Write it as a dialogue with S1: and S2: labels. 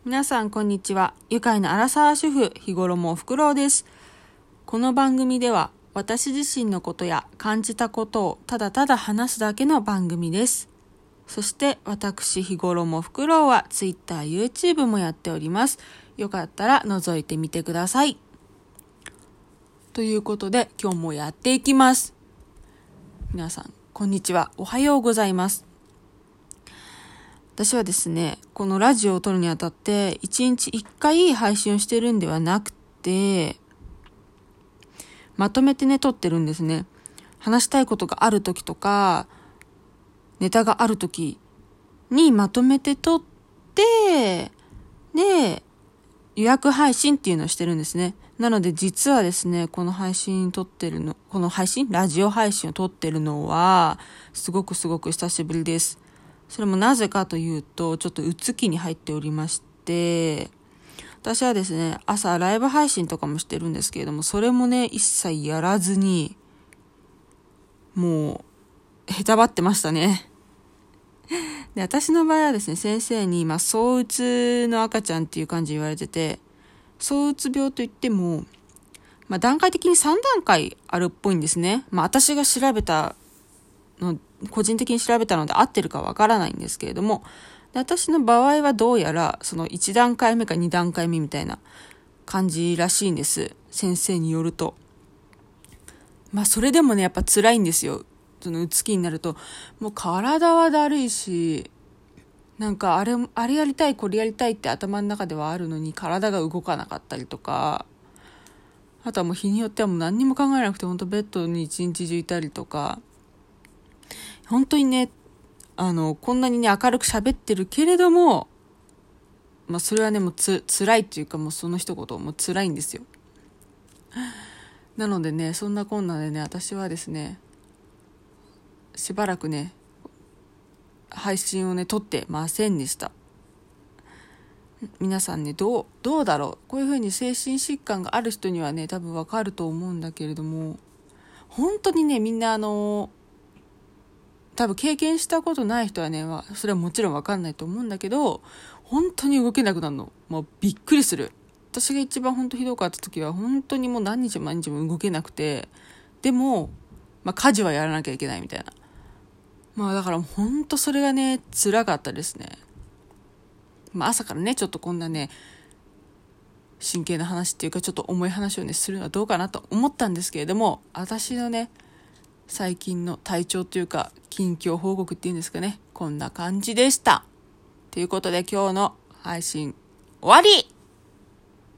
S1: 皆さんこんにちは。愉快なアラサー主婦日頃もおふくろうです。この番組では私自身のことや感じたことをただただ話すだけの番組です。そして私日頃もおふくろうは Twitter、YouTube もやっております。よかったら覗いてみてください。ということで今日もやっていきます。皆さんこんにちは。おはようございます。私はですね、このラジオを撮るにあたって1日1回配信をしてるんではなくて、まとめてね撮ってるんですね。話したいことがある時とかネタがある時にまとめて撮って、で予約配信っていうのをしてるんですね。なので実はですね、このラジオ配信を撮ってるのはすごく久しぶりです。それもなぜかというと、ちょっとうつ期に入っておりまして、私はですね、朝ライブ配信とかもしてるんですけれども、それもね、一切やらずに、もう、へたばってましたね。で、私の場合はですね、先生に、躁うつの赤ちゃんっていう感じで言われてて、躁うつ病といっても、段階的に3段階あるっぽいんですね。私が個人的に調べたので合ってるかわからないんですけれども、私の場合はどうやらその1段階目か2段階目みたいな感じらしいんです。先生によると。それでもね、やっぱ辛いんですよ。そのうつ期になると。もう体はだるいし、なんかあれやりたい、これやりたいって頭の中ではあるのに体が動かなかったりとか、あとはもう日によってはもう何にも考えなくて本当ベッドに一日中いたりとか、本当にね、こんなにね、明るく喋ってるけれども、それはね、もう辛いっていうか、もうその一言、もう辛いんですよ。なのでね、そんなこんなでね、私はですね、しばらくね、配信をね、撮ってませんでした。皆さんね、どうだろう。こういう風に精神疾患がある人にはね、多分わかると思うんだけれども、本当にね、みんな多分経験したことない人はね、それはもちろん分かんないと思うんだけど、本当に動けなくなるの。もうびっくりする。私が一番本当ひどかった時は本当にもう何日も動けなくて、でも、家事はやらなきゃいけないみたいな。だから本当それがね、辛かったですね。朝からね、ちょっとこんなね、真剣な話っていうかちょっと重い話をね、するのはどうかなと思ったんですけれども、私のね、最近の体調というか近況報告っていうんですかね、こんな感じでした。ということで今日の配信終わり。